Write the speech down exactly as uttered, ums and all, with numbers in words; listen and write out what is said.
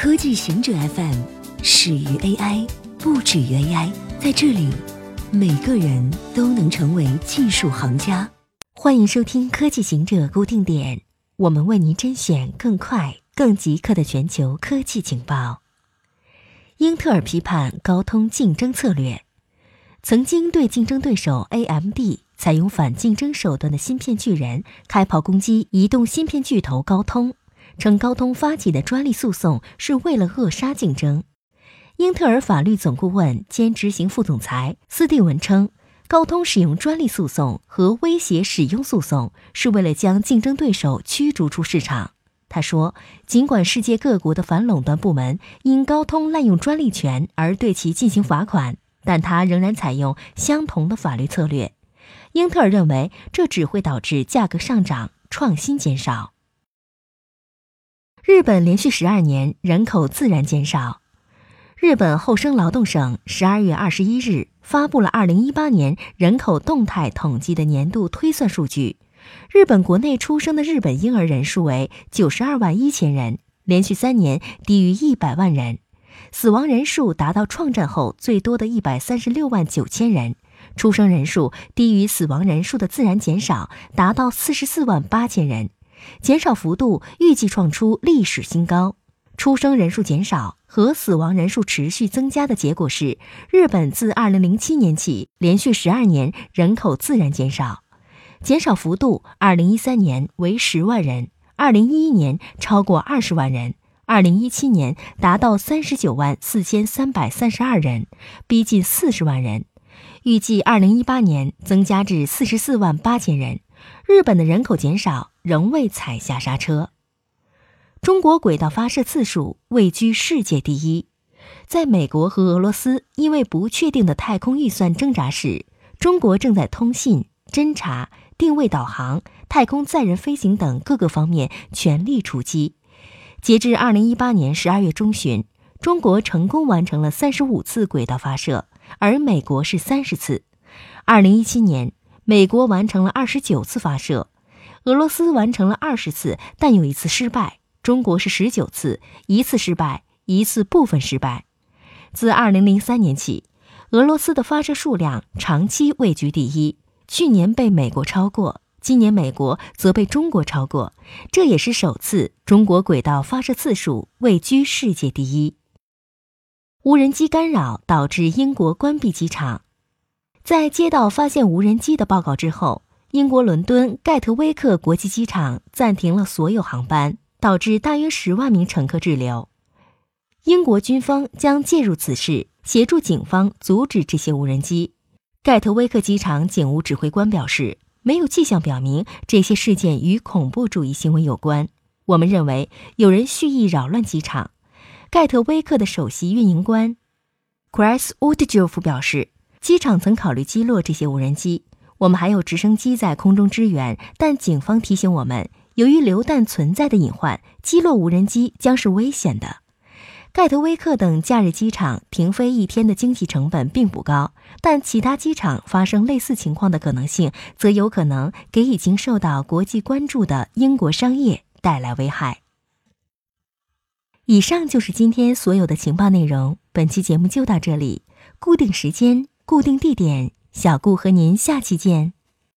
科技行者 F M 始于 A I， 不止于 A I。 在这里，每个人都能成为技术行家。欢迎收听科技行者固定点，我们为您甄选更快、更即刻的全球科技情报。英特尔批判高通竞争策略。曾经对竞争对手 A M D 采用反竞争手段的芯片巨人开炮攻击移动芯片巨头高通，称高通发起的专利诉讼是为了扼杀竞争。英特尔法律总顾问兼执行副总裁斯蒂文称，高通使用专利诉讼和威胁使用诉讼是为了将竞争对手驱逐出市场。他说，尽管世界各国的反垄断部门因高通滥用专利权而对其进行罚款，但他仍然采用相同的法律策略。英特尔认为这只会导致价格上涨，创新减少。日本连续十二年人口自然减少。日本厚生劳动省十二月二十一日发布了二零一八年人口动态统计的年度推算数据。日本国内出生的日本婴儿人数为九十二万一千人，连续三年低于一百万人。死亡人数达到创战后最多的一百三十六万九千人，出生人数低于死亡人数的自然减少达到四十四万八千人，减少幅度预计创出历史新高。出生人数减少和死亡人数持续增加的结果是，日本自二零零七年起连续十二年人口自然减少，减少幅度二零一三年为十万人，二零一一年超过二十万人，二零一七年达到三十九万四千三百三十二人，逼近四十万人。预计二零一八年增加至四十四万八千人。日本的人口减少仍未踩下刹车。中国轨道发射次数位居世界第一。在美国和俄罗斯因为不确定的太空预算挣扎时，中国正在通信、侦察、定位导航、太空载人飞行等各个方面全力出击。截至二零一八年十二月中旬，中国成功完成了三十五次轨道发射，而美国是三十次。二零一七年，美国完成了二十九次发射，俄罗斯完成了二十次，但有一次失败。中国是十九次，一次失败，一次部分失败。自二零零三年起，俄罗斯的发射数量长期位居第一，去年被美国超过，今年美国则被中国超过，这也是首次中国轨道发射次数位居世界第一。无人机干扰导致英国关闭机场。在接到发现无人机的报告之后，英国伦敦盖特威克国际机场暂停了所有航班，导致大约十万名乘客滞留。英国军方将介入此事，协助警方阻止这些无人机。盖特威克机场警务指挥官表示，没有迹象表明这些事件与恐怖主义行为有关。我们认为有人蓄意扰乱机场。盖特威克的首席运营官 Chris Woodjoff 表示，机场曾考虑击落这些无人机，我们还有直升机在空中支援，但警方提醒我们，由于榴弹存在的隐患，击落无人机将是危险的。盖特威克等假日机场停飞一天的经济成本并不高，但其他机场发生类似情况的可能性则有可能给已经受到国际关注的英国商业带来危害。以上就是今天所有的情报内容，本期节目就到这里，固定时间，固定地点，小顾和您下期见。